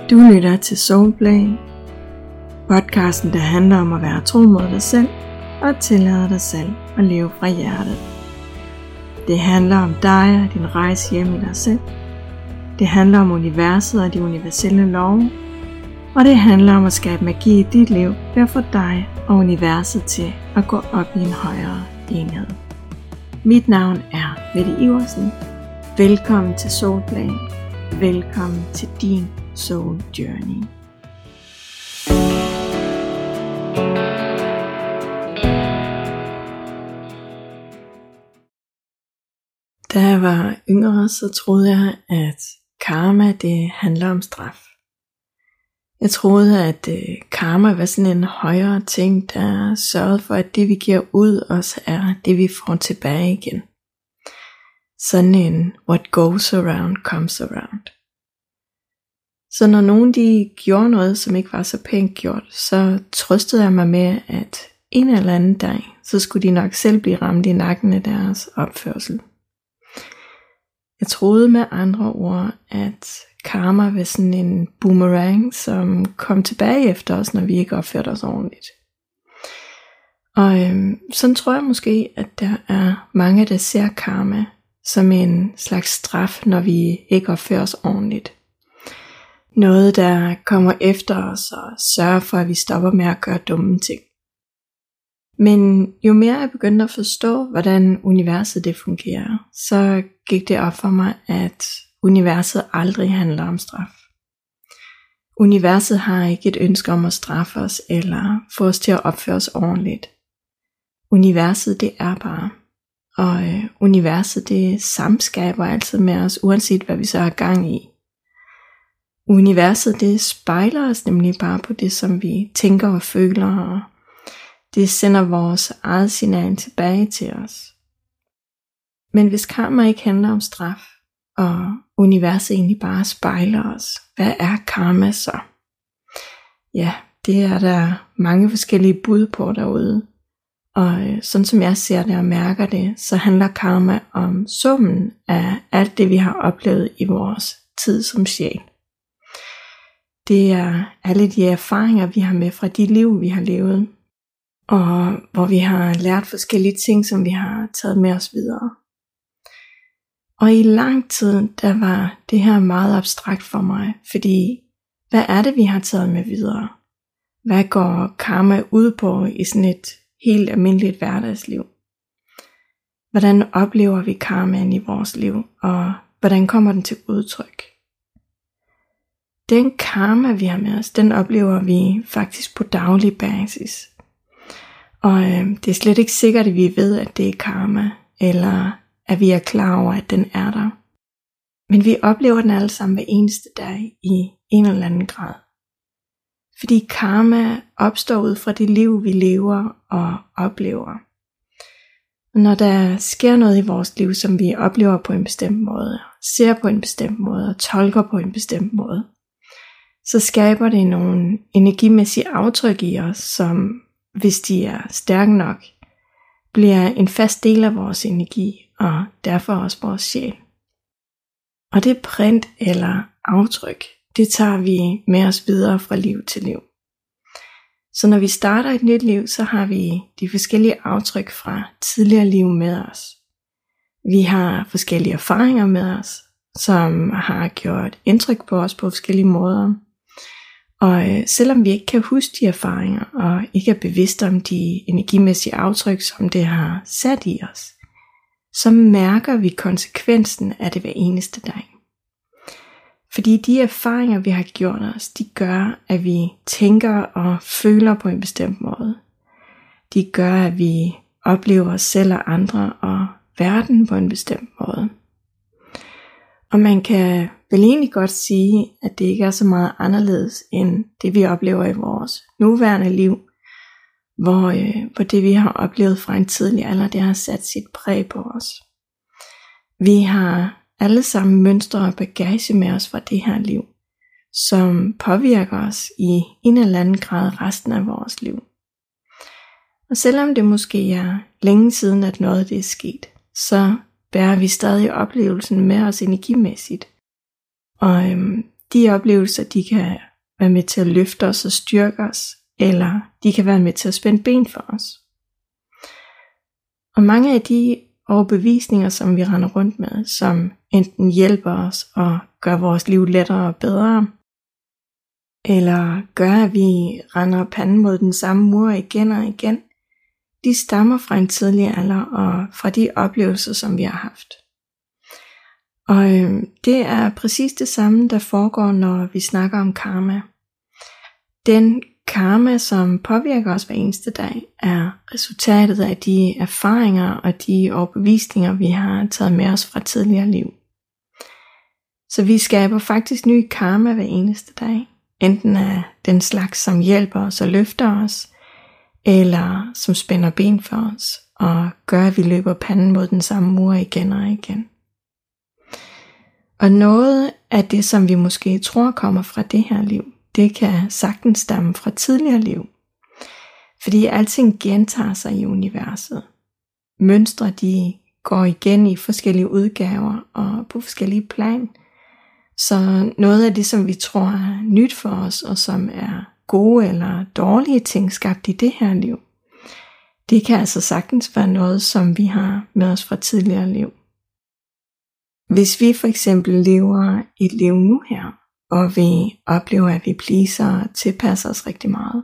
Du lytter til Soulplay, podcasten der handler om at være tro mod dig selv og tillade dig selv at leve fra hjertet. Det handler om dig og din rejse hjem i dig selv. Det handler om universet og de universelle love. Og det handler om at skabe magi i dit liv ved at få dig og universet til at gå op i en højere enhed. Mit navn er Mette Iversen. Velkommen til Soulplay. Velkommen til din Soul Journey. Da jeg var yngre, så troede jeg, at karma det handler om straf. Jeg troede, at karma var sådan en højere ting, der sørgede for, at det vi giver ud også er det vi får tilbage igen. Sådan en what goes around comes around. Så når nogen de gjorde noget, som ikke var så pænt gjort, så trøstede jeg mig med, at en eller anden dag, så skulle de nok selv blive ramt i nakken af deres opførsel. Jeg troede med andre ord, at karma var sådan en boomerang, som kom tilbage efter os, når vi ikke opførte os ordentligt. Og sådan tror jeg måske, at der er mange, der ser karma som en slags straf, når vi ikke opfører os ordentligt. Noget, der kommer efter os og sørger for, at vi stopper med at gøre dumme ting. Men jo mere jeg begyndte at forstå, hvordan universet det fungerer, så gik det op for mig, at universet aldrig handler om straf. Universet har ikke et ønske om at straffe os eller få os til at opføre os ordentligt. Universet det er bare. Og universet det samskaber altid med os, uanset hvad vi så har gang i. Universet det spejler os nemlig bare på det, som vi tænker og føler, og det sender vores eget signal tilbage til os. Men hvis karma ikke handler om straf, og universet egentlig bare spejler os, hvad er karma så? Ja, det er der mange forskellige bud på derude. Og sådan som jeg ser det og mærker det, så handler karma om summen af alt det vi har oplevet i vores tid som sjæl. Det er alle de erfaringer vi har med fra de liv vi har levet, og hvor vi har lært forskellige ting som vi har taget med os videre. Og i lang tid der var det her meget abstrakt for mig, fordi hvad er det vi har taget med videre? Hvad går karma ud på i sådan et helt almindeligt hverdagsliv? Hvordan oplever vi karmaen i vores liv, og hvordan kommer den til udtryk? Den karma vi har med os, den oplever vi faktisk på daglig basis. Og det er slet ikke sikkert at vi ved at det er karma, eller at vi er klar over at den er der. Men vi oplever den alle sammen hver eneste dag i en eller anden grad. Fordi karma opstår ud fra det liv vi lever og oplever. Når der sker noget i vores liv som vi oplever på en bestemt måde, ser på en bestemt måde og tolker på en bestemt måde, så skaber det nogle energimæssige aftryk i os, som hvis de er stærke nok, bliver en fast del af vores energi og derfor også vores sjæl. Og det print eller aftryk, det tager vi med os videre fra liv til liv. Så når vi starter et nyt liv, så har vi de forskellige aftryk fra tidligere liv med os. Vi har forskellige erfaringer med os, som har gjort indtryk på os på forskellige måder. Og selvom vi ikke kan huske de erfaringer, og ikke er bevidste om de energimæssige aftryk, som det har sat i os, så mærker vi konsekvensen af det hver eneste dag. Fordi de erfaringer, vi har gjort os, de gør, at vi tænker og føler på en bestemt måde. De gør, at vi oplever os selv og andre og verden på en bestemt måde. Og man kan vel egentlig godt sige, at det ikke er så meget anderledes end det vi oplever i vores nuværende liv, hvor det vi har oplevet fra en tidlig alder, det har sat sit præg på os. Vi har alle sammen mønstre og bagage med os fra det her liv, som påvirker os i en eller anden grad resten af vores liv. Og selvom det måske er længe siden, at noget det er sket, så bærer vi stadig oplevelsen med os energimæssigt. Og de oplevelser, de kan være med til at løfte os og styrke os, eller de kan være med til at spænde ben for os. Og mange af de overbevisninger, som vi render rundt med, som enten hjælper os og gør vores liv lettere og bedre, eller gør, at vi render panden mod den samme mur igen og igen, de stammer fra en tidlig alder og fra de oplevelser, som vi har haft. Og det er præcis det samme, der foregår, når vi snakker om karma. Den karma, som påvirker os hver eneste dag, er resultatet af de erfaringer og de overbevisninger, vi har taget med os fra tidligere liv. Så vi skaber faktisk ny karma hver eneste dag. Enten af den slags, som hjælper os og løfter os, eller som spænder ben for os og gør, at vi løber panden mod den samme mur igen og igen. Og noget af det, som vi måske tror kommer fra det her liv, det kan sagtens stamme fra tidligere liv. Fordi alting gentager sig i universet. Mønstre, de går igen i forskellige udgaver og på forskellige plan. Så noget af det, som vi tror er nyt for os, og som er gode eller dårlige ting skabt i det her liv, det kan altså sagtens være noget, som vi har med os fra tidligere liv. Hvis vi for eksempel lever et liv nu her, og vi oplever, at vi pleaser og tilpasser os rigtig meget,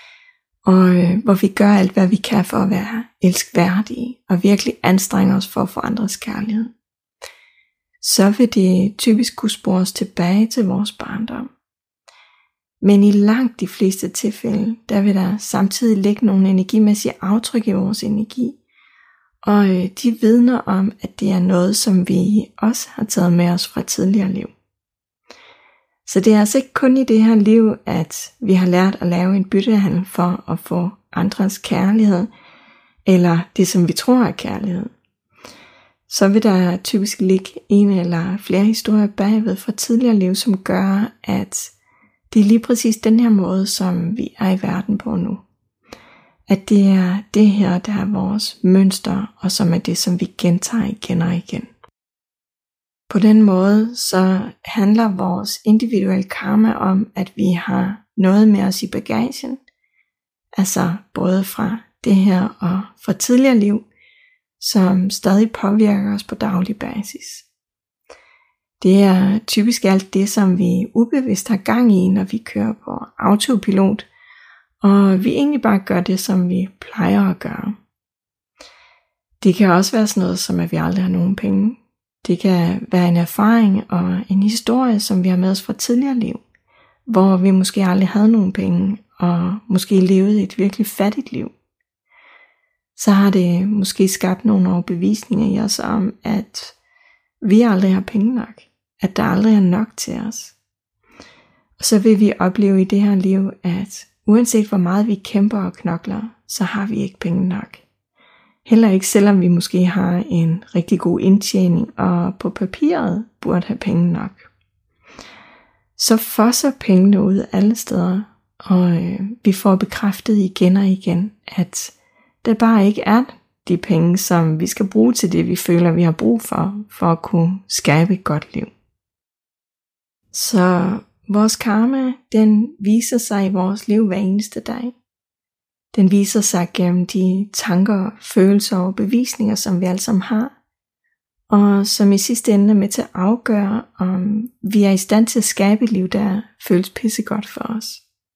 og hvor vi gør alt, hvad vi kan for at være elskværdige, og virkelig anstrenger os for at få andres kærlighed, så vil det typisk kunne spore os tilbage til vores barndom. Men i langt de fleste tilfælde, der vil der samtidig ligge nogle energimæssige aftryk i vores energi, og de vidner om, at det er noget, som vi også har taget med os fra tidligere liv. Så det er altså ikke kun i det her liv, at vi har lært at lave en byttehandel for at få andres kærlighed, eller det, som vi tror er kærlighed. Så vil der typisk ligge en eller flere historier bagved fra tidligere liv, som gør, at det er lige præcis den her måde, som vi er i verden på nu. At det er det her, der er vores mønster, og som er det, som vi gentager igen og igen. På den måde, så handler vores individuelle karma om, at vi har noget med os i bagagen, altså både fra det her og fra tidligere liv, som stadig påvirker os på daglig basis. Det er typisk alt det, som vi ubevidst har gang i, når vi kører på autopilot, og vi egentlig bare gør det, som vi plejer at gøre. Det kan også være sådan noget, som at vi aldrig har nogen penge. Det kan være en erfaring og en historie, som vi har med os fra tidligere liv, hvor vi måske aldrig havde nogen penge, og måske levede et virkelig fattigt liv. Så har det måske skabt nogle overbevisninger i os om, at vi aldrig har penge nok, at der aldrig er nok til os. Og så vil vi opleve i det her liv, at uanset hvor meget vi kæmper og knokler, så har vi ikke penge nok. Heller ikke selvom vi måske har en rigtig god indtjening, og på papiret burde have penge nok. Så fosser pengene ud alle steder, og vi får bekræftet igen og igen, at der bare ikke er de penge, som vi skal bruge til det, vi føler, vi har brug for at kunne skabe et godt liv. Så vores karma, den viser sig i vores liv hver eneste dag. Den viser sig gennem de tanker, følelser og bevisninger, som vi alle sammen har, og som i sidste ende er med til at afgøre, om vi er i stand til at skabe et liv, der føles pissegodt for os.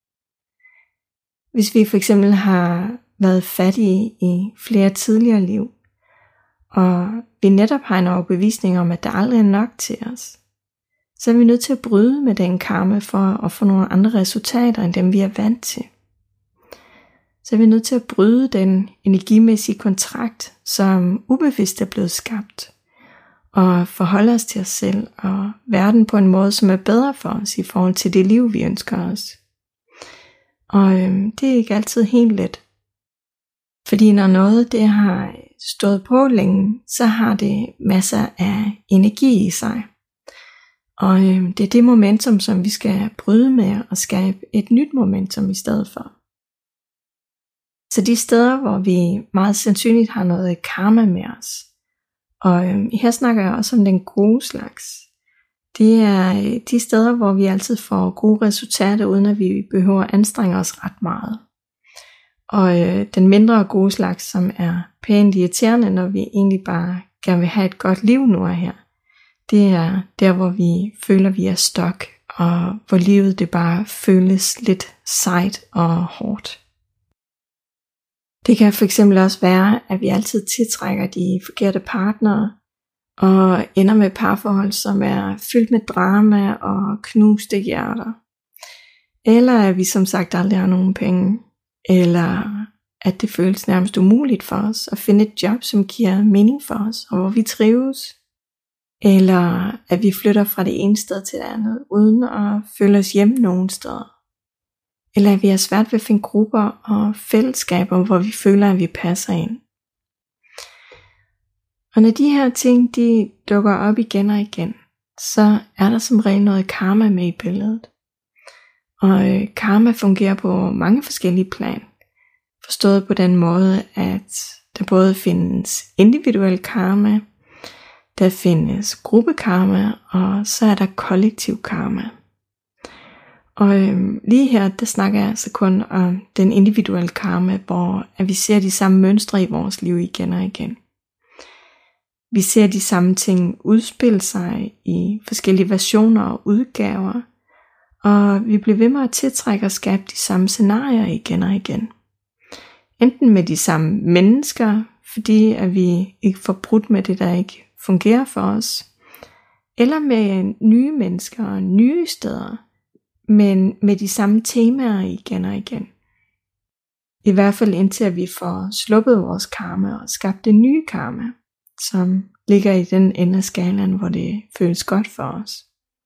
Hvis vi for eksempel har været fattige i flere tidligere liv, og vi netop har en overbevisning om, at der aldrig er nok til os, så er vi nødt til at bryde med den karma for at få nogle andre resultater, end dem vi er vant til. Så er vi nødt til at bryde den energimæssige kontrakt, som ubevidst er blevet skabt, og forholde os til os selv og verden på en måde, som er bedre for os i forhold til det liv, vi ønsker os. Og det er ikke altid helt let. Fordi når noget det har stået på længe, så har det masser af energi i sig. Og det er det momentum, som vi skal bryde med og skabe et nyt momentum i stedet for. Så de steder, hvor vi meget sandsynligt har noget karma med os, og her snakker jeg også om den gode slags, Det er de steder, hvor vi altid får gode resultater, uden at vi behøver at anstrenge os ret meget. Og den mindre gode slags, som er pænt irriterende, når vi egentlig bare gerne vil have et godt liv nu og her, det er der, hvor vi føler, vi er stuck, og hvor livet det bare føles lidt sejt og hårdt. Det kan for eksempel også være, at vi altid tiltrækker de forkerte partnere, og ender med parforhold, som er fyldt med drama og knuste hjerter. Eller at vi som sagt aldrig har nogen penge, eller at det føles nærmest umuligt for os at finde et job, som giver mening for os, og hvor vi trives. Eller at vi flytter fra det ene sted til det andet, uden at føle os hjemme nogen steder. Eller at vi har svært ved at finde grupper og fællesskaber, hvor vi føler, at vi passer ind. Og når de her ting, de dukker op igen og igen, så er der som regel noget karma med i billedet. Og karma fungerer på mange forskellige plan. Forstået på den måde, at der både findes individuel karma, der findes gruppekarma, og så er der kollektiv karma. Og lige her, der snakker jeg altså kun om den individuelle karma, hvor at vi ser de samme mønstre i vores liv igen og igen. Vi ser de samme ting udspille sig i forskellige versioner og udgaver, og vi bliver ved med at tiltrække og skabe de samme scenarier igen og igen. Enten med de samme mennesker, fordi at vi ikke får brudt med det, der ikke fungerer for os, eller med nye mennesker og nye steder, men med de samme temaer igen og igen. I hvert fald indtil at vi får sluppet vores karma og skabt det nye karma, som ligger i den ende af skalaen, hvor det føles godt for os.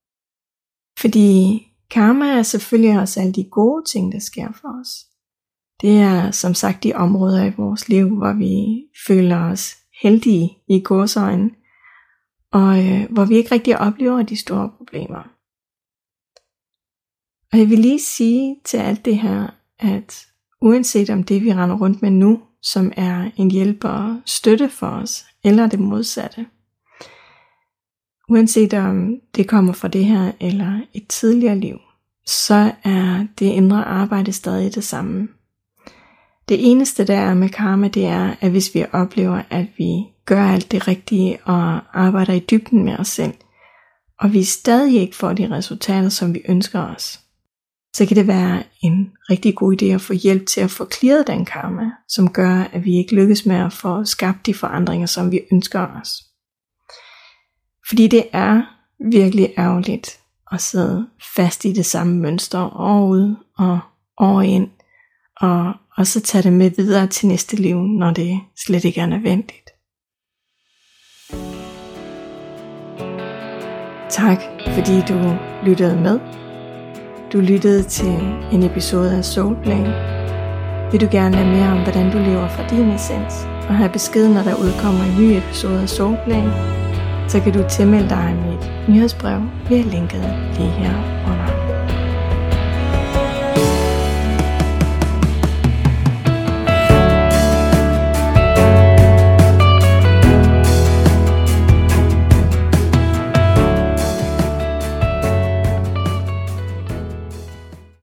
Fordi karma er selvfølgelig også alle de gode ting, der sker for os. Det er som sagt de områder i vores liv, hvor vi føler os heldige i gåseøjne, og hvor vi ikke rigtig oplever de store problemer. Og jeg vil lige sige til alt det her, at uanset om det vi render rundt med nu, som er en hjælp og støtte for os, eller det modsatte, uanset om det kommer fra det her eller et tidligere liv, så er det indre arbejde stadig det samme. Det eneste der er med karma, det er, at hvis vi oplever, at vi gør alt det rigtige og arbejder i dybden med os selv, og vi stadig ikke får de resultater, som vi ønsker os, så kan det være en rigtig god idé at få hjælp til at få clearet den karma, som gør, at vi ikke lykkes med at få skabt de forandringer, som vi ønsker os. Fordi det er virkelig ærgerligt at sidde fast i det samme mønster år ud og år ind, og så tage det med videre til næste liv, når det slet ikke er nødvendigt. Tak fordi du lyttede med. Du lyttede til en episode af Soulplay. Vil du gerne lære mere om, hvordan du lever fra din essens, og have besked, når der udkommer en ny episode af Soulplay, så kan du tilmelde dig mit nyhedsbrev via linket lige her under.